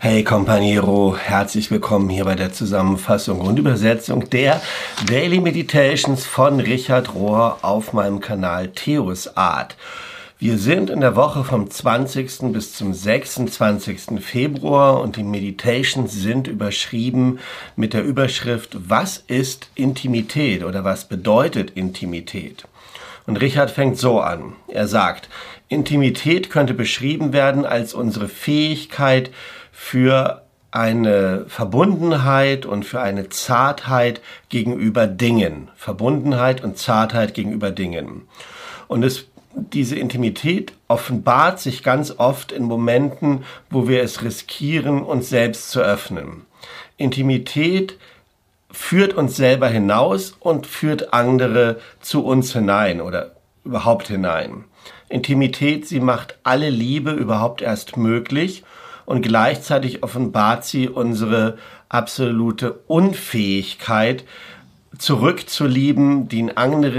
Hey Companiero, herzlich willkommen hier bei der Zusammenfassung und Übersetzung der Daily Meditations von Richard Rohr auf meinem Kanal Theos Art. Wir sind in der Woche vom 20. bis zum 26. Februar und die Meditations sind überschrieben mit der Überschrift Was ist Intimität oder was bedeutet Intimität? Und Richard fängt so an. Er sagt, Intimität könnte beschrieben werden als unsere Fähigkeit für eine Verbundenheit und für eine Zartheit gegenüber Dingen. Verbundenheit und Zartheit gegenüber Dingen. Und diese Intimität offenbart sich ganz oft in Momenten, wo wir es riskieren, uns selbst zu öffnen. Intimität führt uns selber hinaus und führt andere zu uns hinein oder überhaupt hinein. Intimität, sie macht alle Liebe überhaupt erst möglich und gleichzeitig offenbart sie unsere absolute Unfähigkeit, zurückzulieben, die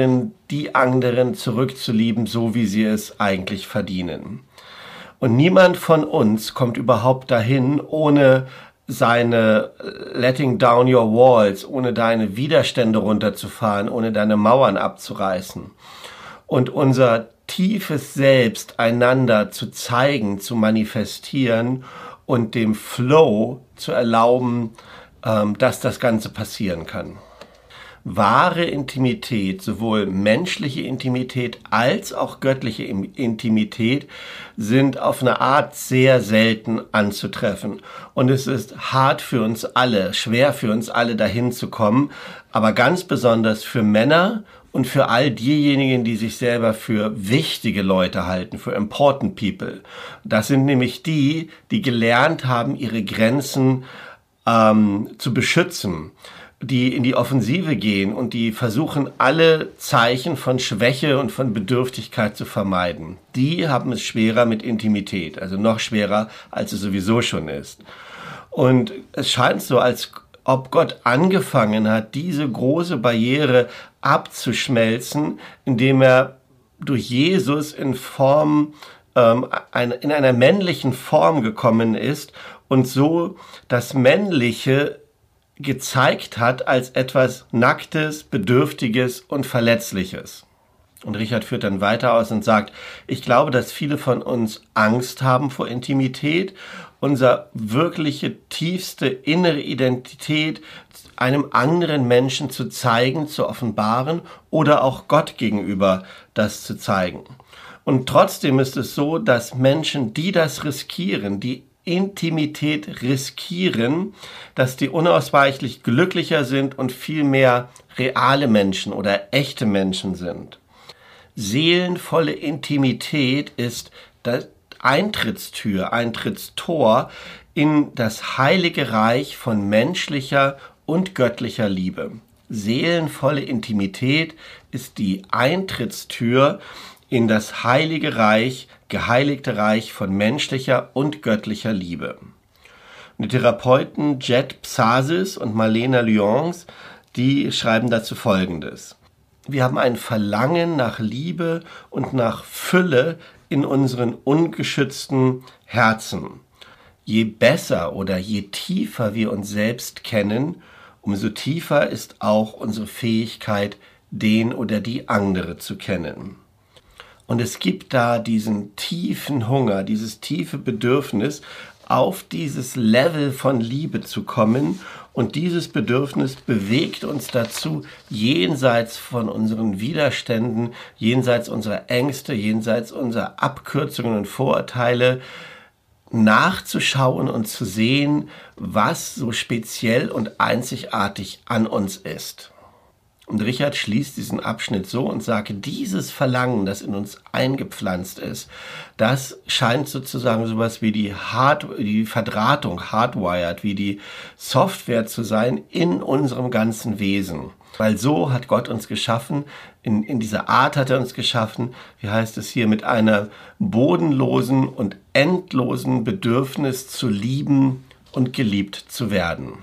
anderen zurückzulieben, so wie sie es eigentlich verdienen. Und niemand von uns kommt überhaupt dahin, ohne seine letting down your walls, ohne deine Widerstände runterzufahren, ohne deine Mauern abzureißen. Und unser tiefes Selbst einander zu zeigen, zu manifestieren und dem Flow zu erlauben, dass das Ganze passieren kann. Wahre Intimität, sowohl menschliche Intimität als auch göttliche Intimität, sind auf eine Art sehr selten anzutreffen. Und es ist hart für uns alle, schwer für uns alle dahin zu kommen, aber ganz besonders für Männer und für all diejenigen, die sich selber für wichtige Leute halten, für important people. Das sind nämlich die gelernt haben, ihre Grenzen zu beschützen, die in die Offensive gehen und die versuchen, alle Zeichen von Schwäche und von Bedürftigkeit zu vermeiden. Die haben es schwerer mit Intimität, also noch schwerer, als es sowieso schon ist. Und es scheint so, als ob Gott angefangen hat, diese große Barriere abzuschmelzen, indem er durch Jesus in einer männlichen Form gekommen ist und so das Männliche gezeigt hat als etwas Nacktes, Bedürftiges und Verletzliches. Und Richard führt dann weiter aus und sagt, ich glaube, dass viele von uns Angst haben vor Intimität, unsere wirkliche tiefste innere Identität einem anderen Menschen zu zeigen, zu offenbaren oder auch Gott gegenüber das zu zeigen. Und trotzdem ist es so, dass Menschen, die das riskieren, die Intimität riskieren, dass die unausweichlich glücklicher sind und viel mehr reale Menschen oder echte Menschen sind. Seelenvolle Intimität ist das Eintrittstor in das heilige Reich von menschlicher und göttlicher Liebe. Seelenvolle Intimität ist die Eintrittstür in das heilige Reich, geheiligte Reich von menschlicher und göttlicher Liebe. Und die Therapeuten Jet Psasis und Marlena Lyons, die schreiben dazu Folgendes. Wir haben ein Verlangen nach Liebe und nach Fülle in unseren ungeschützten Herzen. Je besser oder je tiefer wir uns selbst kennen, umso tiefer ist auch unsere Fähigkeit, den oder die andere zu kennen. Und es gibt da diesen tiefen Hunger, dieses tiefe Bedürfnis, auf dieses Level von Liebe zu kommen. Und dieses Bedürfnis bewegt uns dazu, jenseits von unseren Widerständen, jenseits unserer Ängste, jenseits unserer Abkürzungen und Vorurteile, nachzuschauen und zu sehen, was so speziell und einzigartig an uns ist. Und Richard schließt diesen Abschnitt so und sagt, dieses Verlangen, das in uns eingepflanzt ist, das scheint sozusagen sowas wie die Verdrahtung, hardwired, wie die Software zu sein in unserem ganzen Wesen. Weil so hat Gott uns geschaffen, in dieser Art hat er uns geschaffen, wie heißt es hier, mit einer bodenlosen und endlosen Bedürfnis zu lieben und geliebt zu werden.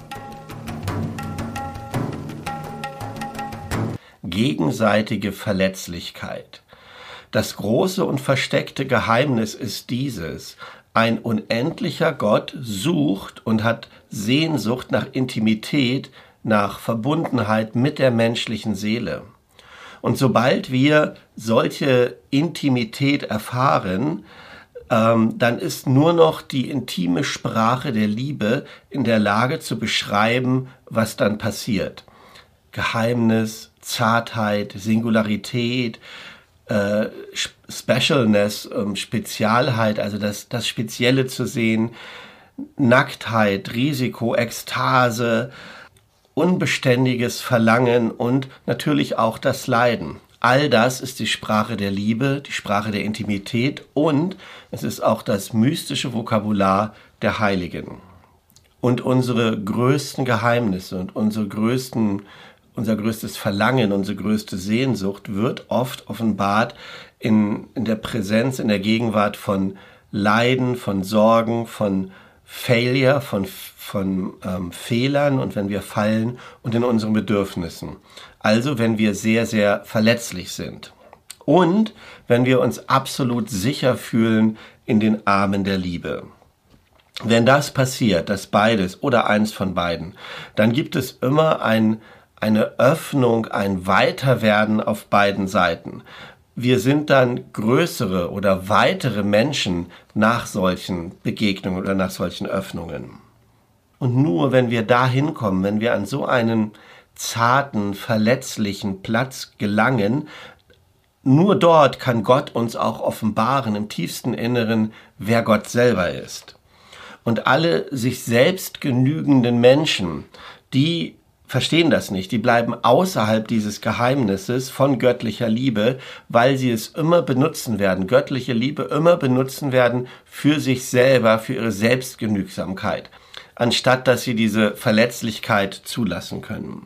Gegenseitige Verletzlichkeit. Das große und versteckte Geheimnis ist dieses: Ein unendlicher Gott sucht und hat Sehnsucht nach Intimität, nach Verbundenheit mit der menschlichen Seele. Und sobald wir solche Intimität erfahren, dann ist nur noch die intime Sprache der Liebe in der Lage zu beschreiben, was dann passiert. Geheimnis, Zartheit, Singularität, Specialness, Spezialheit, also das Spezielle zu sehen, Nacktheit, Risiko, Ekstase, unbeständiges Verlangen und natürlich auch das Leiden. All das ist die Sprache der Liebe, die Sprache der Intimität und es ist auch das mystische Vokabular der Heiligen. Und unsere größten Geheimnisse und unser größtes Verlangen, unsere größte Sehnsucht wird oft offenbart in der Präsenz, in der Gegenwart von Leiden, von Sorgen, von Failure, von Fehlern und wenn wir fallen und in unseren Bedürfnissen. Also wenn wir sehr, sehr verletzlich sind. Und wenn wir uns absolut sicher fühlen in den Armen der Liebe. Wenn das passiert, das beides oder eins von beiden, dann gibt es immer eine Öffnung, ein Weiterwerden auf beiden Seiten. Wir sind dann größere oder weitere Menschen nach solchen Begegnungen oder nach solchen Öffnungen. Und nur wenn wir da hinkommen, wenn wir an so einen zarten, verletzlichen Platz gelangen, nur dort kann Gott uns auch offenbaren im tiefsten Inneren, wer Gott selber ist. Und alle sich selbst genügenden Menschen, die verstehen das nicht, die bleiben außerhalb dieses Geheimnisses von göttlicher Liebe, weil sie es immer benutzen werden, göttliche Liebe immer benutzen werden für sich selber, für ihre Selbstgenügsamkeit, anstatt dass sie diese Verletzlichkeit zulassen können.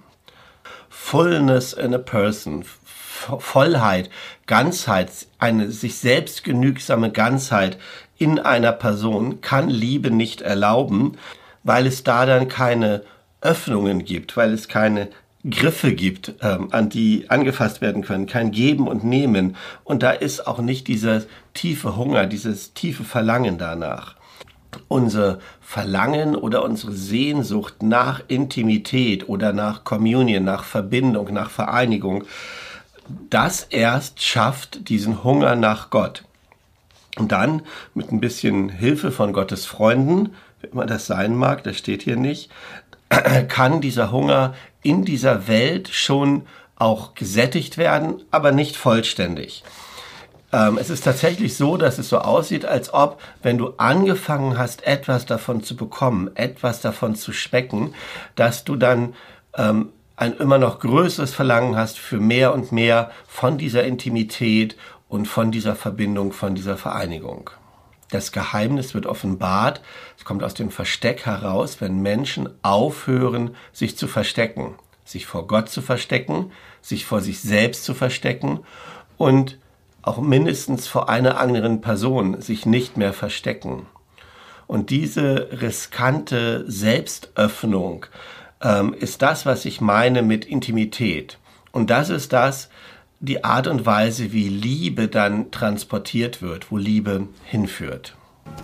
Fullness in a person, Vollheit, Ganzheit, eine sich selbst genügsame Ganzheit in einer Person kann Liebe nicht erlauben, weil es da dann keine Öffnungen gibt, weil es keine Griffe gibt, an die angefasst werden können, kein Geben und Nehmen. Und da ist auch nicht dieser tiefe Hunger, dieses tiefe Verlangen danach. Unser Verlangen oder unsere Sehnsucht nach Intimität oder nach Communion, nach Verbindung, nach Vereinigung, das erst schafft diesen Hunger nach Gott. Und dann mit ein bisschen Hilfe von Gottes Freunden, wie immer das sein mag, das steht hier nicht, kann dieser Hunger in dieser Welt schon auch gesättigt werden, aber nicht vollständig. Es ist tatsächlich so, dass es so aussieht, als ob, wenn du angefangen hast, etwas davon zu bekommen, etwas davon zu schmecken, dass du dann ein immer noch größeres Verlangen hast für mehr und mehr von dieser Intimität und von dieser Verbindung, von dieser Vereinigung. Das Geheimnis wird offenbart, es kommt aus dem Versteck heraus, wenn Menschen aufhören, sich zu verstecken, sich vor Gott zu verstecken, sich vor sich selbst zu verstecken und auch mindestens vor einer anderen Person sich nicht mehr verstecken. Und diese riskante Selbstöffnung ist das, was ich meine mit Intimität. Und das ist die Art und Weise, wie Liebe dann transportiert wird, wo Liebe hinführt.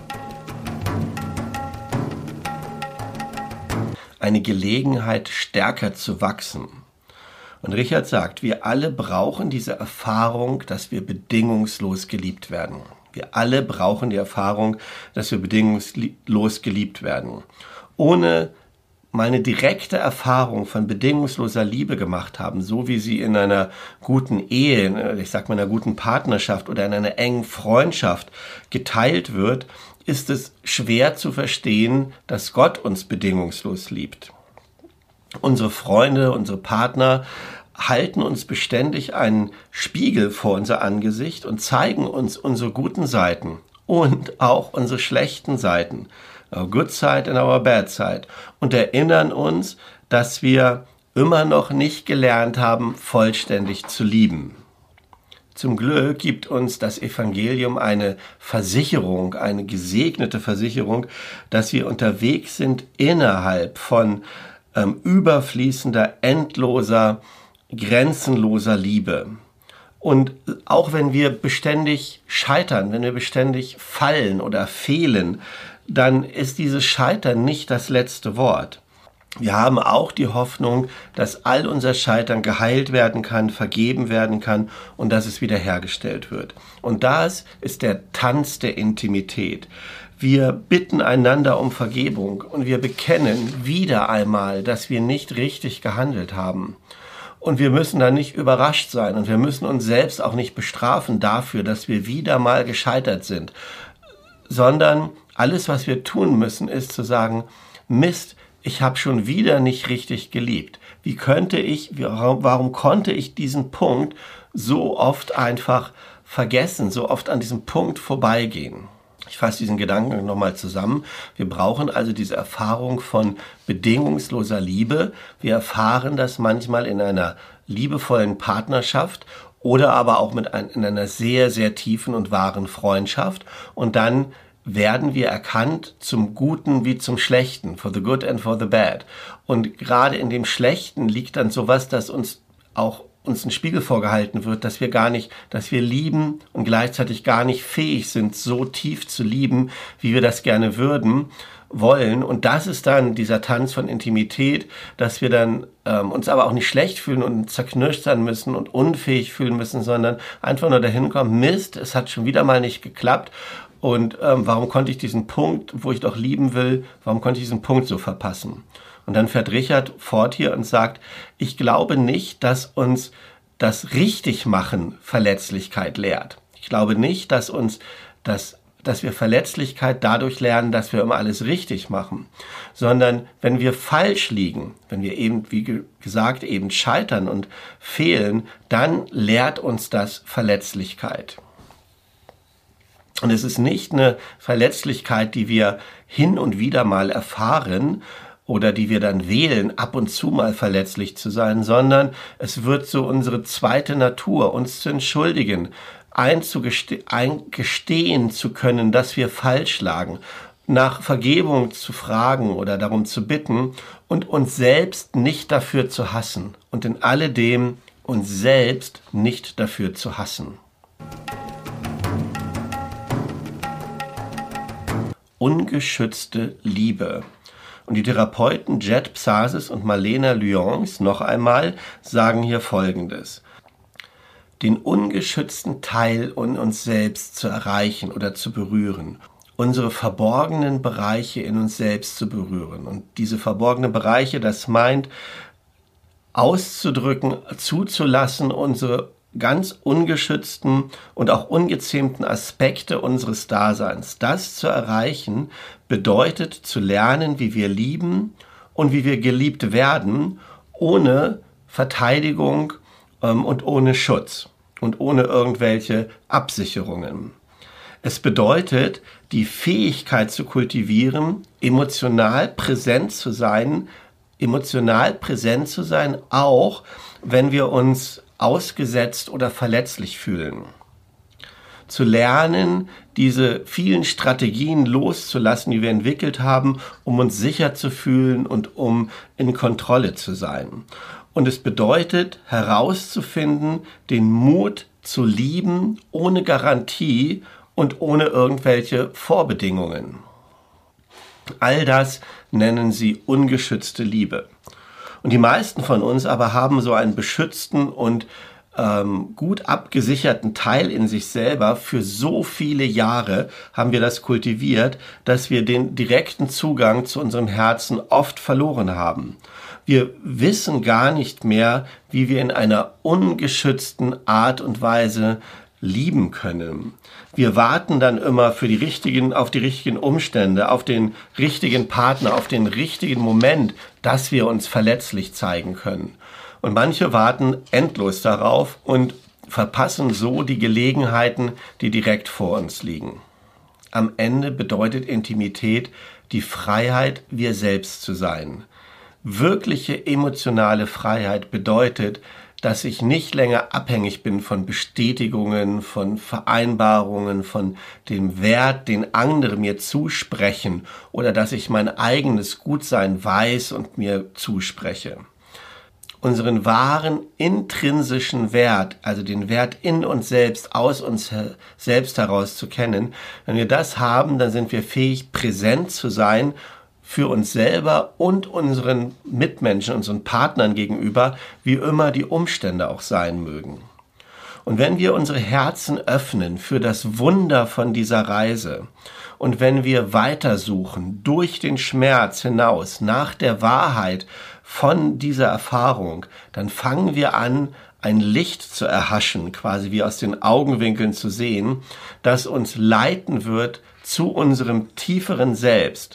Eine Gelegenheit, stärker zu wachsen. Und Richard sagt, wir alle brauchen diese Erfahrung, dass wir bedingungslos geliebt werden. Wir alle brauchen die Erfahrung, dass wir bedingungslos geliebt werden. Ohne mal eine direkte Erfahrung von bedingungsloser Liebe gemacht haben, so wie sie in einer guten Ehe, ich sag mal in einer guten Partnerschaft oder in einer engen Freundschaft geteilt wird, ist es schwer zu verstehen, dass Gott uns bedingungslos liebt. Unsere Freunde, unsere Partner halten uns beständig einen Spiegel vor unser Angesicht und zeigen uns unsere guten Seiten und auch unsere schlechten Seiten. Our good side and our bad side. Und erinnern uns, dass wir immer noch nicht gelernt haben, vollständig zu lieben. Zum Glück gibt uns das Evangelium eine Versicherung, eine gesegnete Versicherung, dass wir unterwegs sind innerhalb von überfließender, endloser, grenzenloser Liebe. Und auch wenn wir beständig scheitern, wenn wir beständig fallen oder fehlen, dann ist dieses Scheitern nicht das letzte Wort. Wir haben auch die Hoffnung, dass all unser Scheitern geheilt werden kann, vergeben werden kann und dass es wiederhergestellt wird. Und das ist der Tanz der Intimität. Wir bitten einander um Vergebung und wir bekennen wieder einmal, dass wir nicht richtig gehandelt haben. Und wir müssen da nicht überrascht sein und wir müssen uns selbst auch nicht bestrafen dafür, dass wir wieder mal gescheitert sind, sondern alles, was wir tun müssen, ist zu sagen, Mist, ich habe schon wieder nicht richtig geliebt. Warum konnte ich diesen Punkt so oft einfach vergessen, so oft an diesem Punkt vorbeigehen? Ich fasse diesen Gedanken nochmal zusammen. Wir brauchen also diese Erfahrung von bedingungsloser Liebe. Wir erfahren das manchmal in einer liebevollen Partnerschaft oder aber auch in einer sehr, sehr tiefen und wahren Freundschaft. Und dann werden wir erkannt zum Guten wie zum Schlechten, for the good and for the bad. Und gerade in dem Schlechten liegt dann sowas, dass uns ein Spiegel vorgehalten wird, dass wir lieben und gleichzeitig gar nicht fähig sind, so tief zu lieben, wie wir das gerne wollen. Und das ist dann dieser Tanz von Intimität, dass wir dann uns aber auch nicht schlecht fühlen und zerknirscht sein müssen und unfähig fühlen müssen, sondern einfach nur dahin kommen, Mist, es hat schon wieder mal nicht geklappt. Und warum konnte ich diesen Punkt, wo ich doch lieben will, warum konnte ich diesen Punkt so verpassen? Und dann fährt Richard fort hier und sagt, ich glaube nicht, dass uns das Richtigmachen Verletzlichkeit lehrt. Ich glaube nicht, dass wir Verletzlichkeit dadurch lernen, dass wir immer alles richtig machen, sondern wenn wir falsch liegen, wenn wir eben, wie gesagt, eben scheitern und fehlen, dann lehrt uns das Verletzlichkeit. Und es ist nicht eine Verletzlichkeit, die wir hin und wieder mal erfahren oder die wir dann wählen, ab und zu mal verletzlich zu sein, sondern es wird so unsere zweite Natur, uns zu entschuldigen, eingestehen zu können, dass wir falsch lagen, nach Vergebung zu fragen oder darum zu bitten und uns selbst nicht dafür zu hassen und in alledem uns selbst nicht dafür zu hassen. Ungeschützte Liebe. Und die Therapeuten Jett Psasis und Marlene Lyons noch einmal sagen hier Folgendes. Den ungeschützten Teil in uns selbst zu erreichen oder zu berühren, unsere verborgenen Bereiche in uns selbst zu berühren. Und diese verborgenen Bereiche, das meint, auszudrücken, zuzulassen, unsere ganz ungeschützten und auch ungezähmten Aspekte unseres Daseins. Das zu erreichen, bedeutet zu lernen, wie wir lieben und wie wir geliebt werden, ohne Verteidigung und ohne Schutz und ohne irgendwelche Absicherungen. Es bedeutet, die Fähigkeit zu kultivieren, emotional präsent zu sein, auch wenn wir uns ausgesetzt oder verletzlich fühlen. Zu lernen, diese vielen Strategien loszulassen, die wir entwickelt haben, um uns sicher zu fühlen und um in Kontrolle zu sein. Und es bedeutet, herauszufinden, den Mut zu lieben, ohne Garantie und ohne irgendwelche Vorbedingungen. All das nennen sie ungeschützte Liebe. Und die meisten von uns aber haben so einen beschützten und gut abgesicherten Teil in sich selber. Für so viele Jahre haben wir das kultiviert, dass wir den direkten Zugang zu unserem Herzen oft verloren haben. Wir wissen gar nicht mehr, wie wir in einer ungeschützten Art und Weise lieben können. Wir warten dann immer auf die richtigen Umstände, auf den richtigen Partner, auf den richtigen Moment, dass wir uns verletzlich zeigen können. Und manche warten endlos darauf und verpassen so die Gelegenheiten, die direkt vor uns liegen. Am Ende bedeutet Intimität die Freiheit, wir selbst zu sein. Wirkliche emotionale Freiheit bedeutet, dass ich nicht länger abhängig bin von Bestätigungen, von Vereinbarungen, von dem Wert, den andere mir zusprechen oder dass ich mein eigenes Gutsein weiß und mir zuspreche. unseren wahren intrinsischen Wert, also den Wert in uns selbst, aus uns selbst heraus zu kennen, wenn wir das haben, dann sind wir fähig, präsent zu sein für uns selber und unseren Mitmenschen, unseren Partnern gegenüber, wie immer die Umstände auch sein mögen. Und wenn wir unsere Herzen öffnen für das Wunder von dieser Reise und wenn wir weitersuchen durch den Schmerz hinaus nach der Wahrheit von dieser Erfahrung, dann fangen wir an, ein Licht zu erhaschen, quasi wie aus den Augenwinkeln zu sehen, das uns leiten wird zu unserem tieferen Selbst.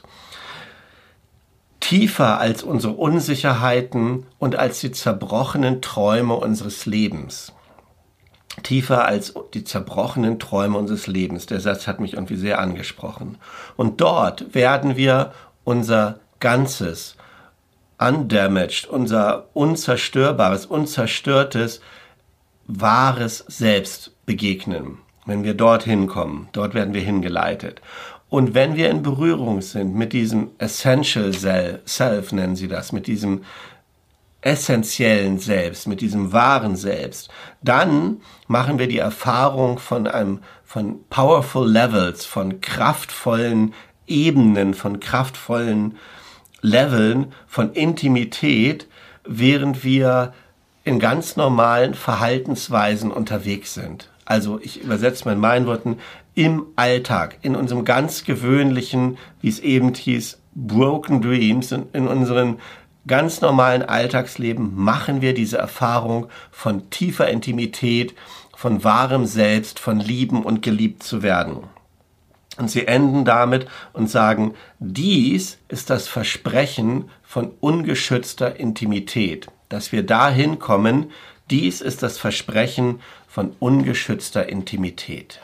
Tiefer als unsere Unsicherheiten und als die zerbrochenen Träume unseres Lebens. Tiefer als die zerbrochenen Träume unseres Lebens. Der Satz hat mich irgendwie sehr angesprochen. Und dort werden wir unser ganzes, undamaged, unser unzerstörbares, unzerstörtes, wahres Selbst begegnen. Wenn wir dorthin kommen, dort werden wir hingeleitet. Und wenn wir in Berührung sind mit diesem Essential Self, nennen sie das, mit diesem essentiellen Selbst, mit diesem wahren Selbst, dann machen wir die Erfahrung von powerful levels, von kraftvollen Ebenen, von kraftvollen Leveln, von Intimität, während wir in ganz normalen Verhaltensweisen unterwegs sind. Also ich übersetze mal in meinen Worten, im Alltag, in unserem ganz gewöhnlichen, wie es eben hieß, Broken Dreams, in unseren ganz normalen Alltagsleben machen wir diese Erfahrung von tiefer Intimität, von wahrem Selbst, von lieben und geliebt zu werden. Und sie enden damit und sagen, dies ist das Versprechen von ungeschützter Intimität. Dass wir dahin kommen, dies ist das Versprechen von ungeschützter Intimität.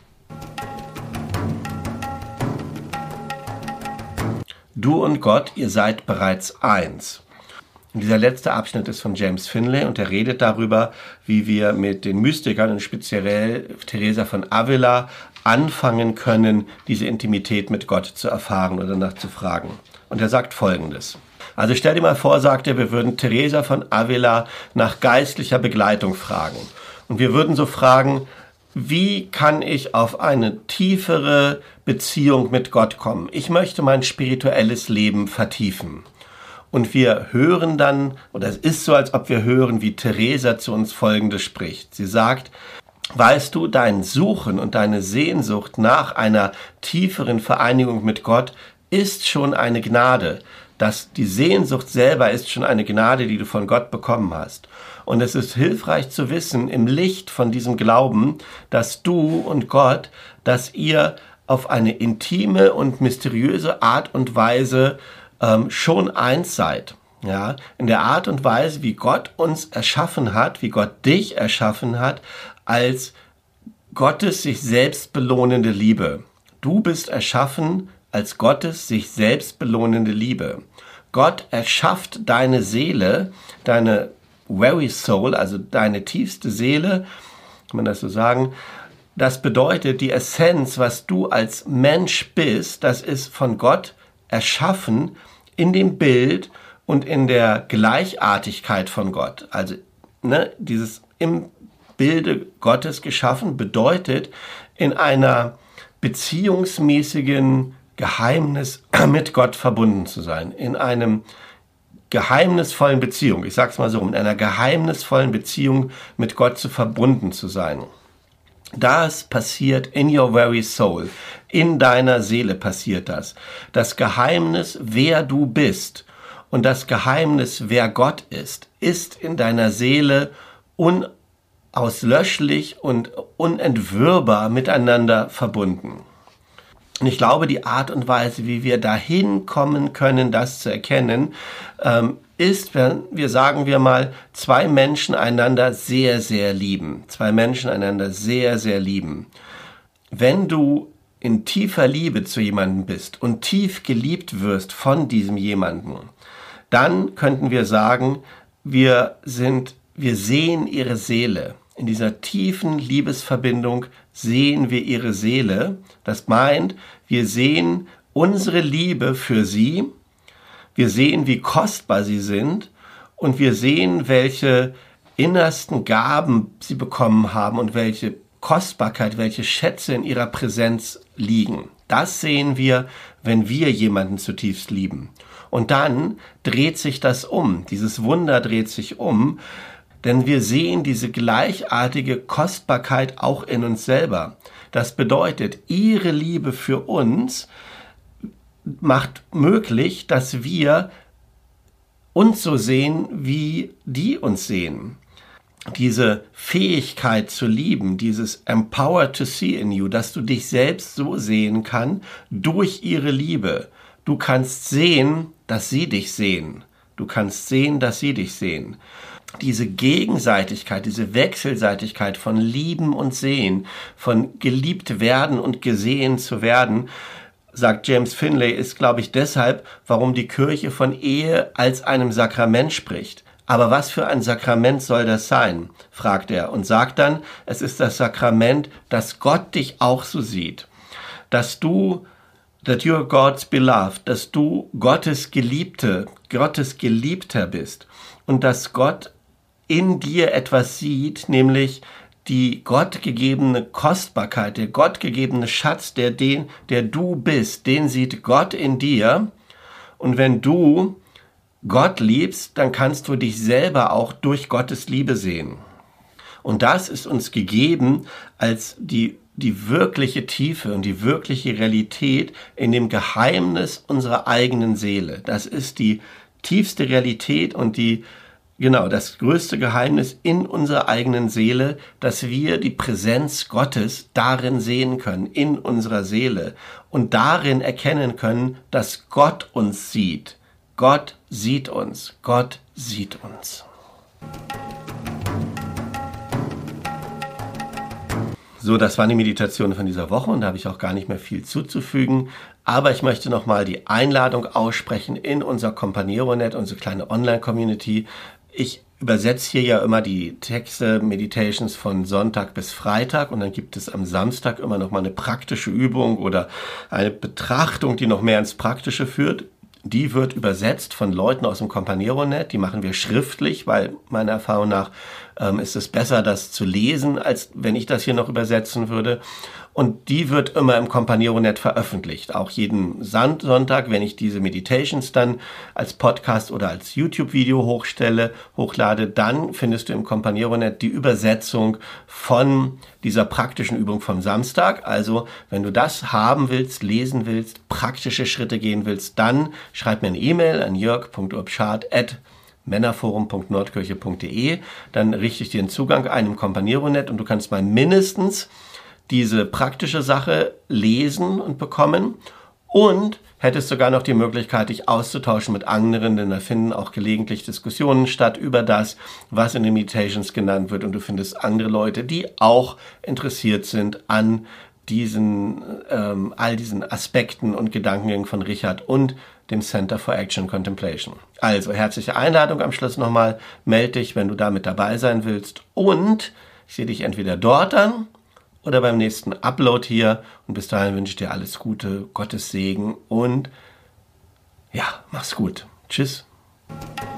Du und Gott, ihr seid bereits eins. Und dieser letzte Abschnitt ist von James Finlay und er redet darüber, wie wir mit den Mystikern und speziell Teresa von Avila anfangen können, diese Intimität mit Gott zu erfahren oder danach zu fragen. Und er sagt Folgendes. Also stell dir mal vor, sagt er, wir würden Teresa von Avila nach geistlicher Begleitung fragen. Und wir würden so fragen, wie kann ich auf eine tiefere Beziehung mit Gott kommen? Ich möchte mein spirituelles Leben vertiefen. Und wir hören dann, oder es ist so, als ob wir hören, wie Teresa zu uns Folgendes spricht. Sie sagt, weißt du, dein Suchen und deine Sehnsucht nach einer tieferen Vereinigung mit Gott ist schon eine Gnade. Die Sehnsucht selber ist schon eine Gnade, die du von Gott bekommen hast. Und es ist hilfreich zu wissen, im Licht von diesem Glauben, dass du und Gott, dass ihr auf eine intime und mysteriöse Art und Weise schon eins seid. Ja, in der Art und Weise, wie Gott uns erschaffen hat, wie Gott dich erschaffen hat, als Gottes sich selbst belohnende Liebe. Du bist erschaffen als Gottes sich selbst belohnende Liebe. Gott erschafft deine Seele, deine very soul, also deine tiefste Seele, kann man das so sagen. Das bedeutet, die Essenz, was du als Mensch bist, das ist von Gott erschaffen in dem Bild und in der Gleichartigkeit von Gott. Also dieses im Bilde Gottes geschaffen bedeutet, in einer beziehungsmäßigen Geheimnis mit Gott verbunden zu sein. In einem geheimnisvollen Beziehung, ich sag's mal so, in einer geheimnisvollen Beziehung mit Gott verbunden zu sein. Das passiert in your very soul. In deiner Seele passiert das. Das Geheimnis, wer du bist und das Geheimnis, wer Gott ist in deiner Seele unauslöschlich und unentwirrbar miteinander verbunden. Und ich glaube, die Art und Weise, wie wir dahin kommen können, das zu erkennen, ist, wenn wir, sagen wir mal, zwei Menschen einander sehr, sehr lieben. Zwei Menschen einander sehr, sehr lieben. Wenn du in tiefer Liebe zu jemandem bist und tief geliebt wirst von diesem jemanden, dann könnten wir sagen, wir sehen ihre Seele. In dieser tiefen Liebesverbindung sehen wir ihre Seele. Das meint, wir sehen unsere Liebe für sie, wir sehen, wie kostbar sie sind und wir sehen, welche innersten Gaben sie bekommen haben und welche Kostbarkeit, welche Schätze in ihrer Präsenz liegen. Das sehen wir, wenn wir jemanden zutiefst lieben. Und dann dreht sich das um, dieses Wunder dreht sich um, denn wir sehen diese gleichartige Kostbarkeit auch in uns selber. Das bedeutet, ihre Liebe für uns macht möglich, dass wir uns so sehen, wie die uns sehen. Diese Fähigkeit zu lieben, dieses empowered to see in you, dass du dich selbst so sehen kannst durch ihre Liebe. Du kannst sehen, dass sie dich sehen. Du kannst sehen, dass sie dich sehen. Diese Gegenseitigkeit, diese Wechselseitigkeit von Lieben und Sehen, von geliebt werden und gesehen zu werden, sagt James Finlay, ist, glaube ich, deshalb, warum die Kirche von Ehe als einem Sakrament spricht. Aber was für ein Sakrament soll das sein? Fragt er und sagt dann, es ist das Sakrament, dass Gott dich auch so sieht. That you're God's beloved, dass du Gottes Geliebter bist und dass Gott in dir etwas sieht, nämlich die gottgegebene Kostbarkeit, der gottgegebene Schatz, der du bist, den sieht Gott in dir. Und wenn du Gott liebst, dann kannst du dich selber auch durch Gottes Liebe sehen. Und das ist uns gegeben als die wirkliche Tiefe und die wirkliche Realität in dem Geheimnis unserer eigenen Seele. Das ist die tiefste Realität und das größte Geheimnis in unserer eigenen Seele, dass wir die Präsenz Gottes darin sehen können, in unserer Seele und darin erkennen können, dass Gott uns sieht. Gott sieht uns. Gott sieht uns. So, das war die Meditation von dieser Woche und da habe ich auch gar nicht mehr viel zuzufügen. Aber ich möchte nochmal die Einladung aussprechen in unser Companiero-Net, unsere kleine Online-Community. Ich übersetze hier ja immer die Texte, Meditations von Sonntag bis Freitag und dann gibt es am Samstag immer noch mal eine praktische Übung oder eine Betrachtung, die noch mehr ins Praktische führt. Die wird übersetzt von Leuten aus dem Companiero-Net, die machen wir schriftlich, weil meiner Erfahrung nach ist es besser, das zu lesen, als wenn ich das hier noch übersetzen würde. Und die wird immer im Companiero-Net veröffentlicht. Auch jeden Sonntag, wenn ich diese Meditations dann als Podcast oder als YouTube-Video hochlade, dann findest du im Companiero-Net die Übersetzung von dieser praktischen Übung vom Samstag. Also, wenn du das haben willst, lesen willst, praktische Schritte gehen willst, dann schreib mir eine E-Mail an jörg.urbschad@männerforum.nordkirche.de. Dann richte ich dir einen Zugang ein im Companiero-Net und du kannst mal mindestens diese praktische Sache lesen und bekommen und hättest sogar noch die Möglichkeit, dich auszutauschen mit anderen, denn da finden auch gelegentlich Diskussionen statt über das, was in den Meditations genannt wird und du findest andere Leute, die auch interessiert sind an all diesen Aspekten und Gedankengängen von Richard und dem Center for Action Contemplation. Also herzliche Einladung am Schluss nochmal, melde dich, wenn du da mit dabei sein willst und ich sehe dich entweder dort an oder beim nächsten Upload hier. Und bis dahin wünsche ich dir alles Gute, Gottes Segen und ja, mach's gut. Tschüss.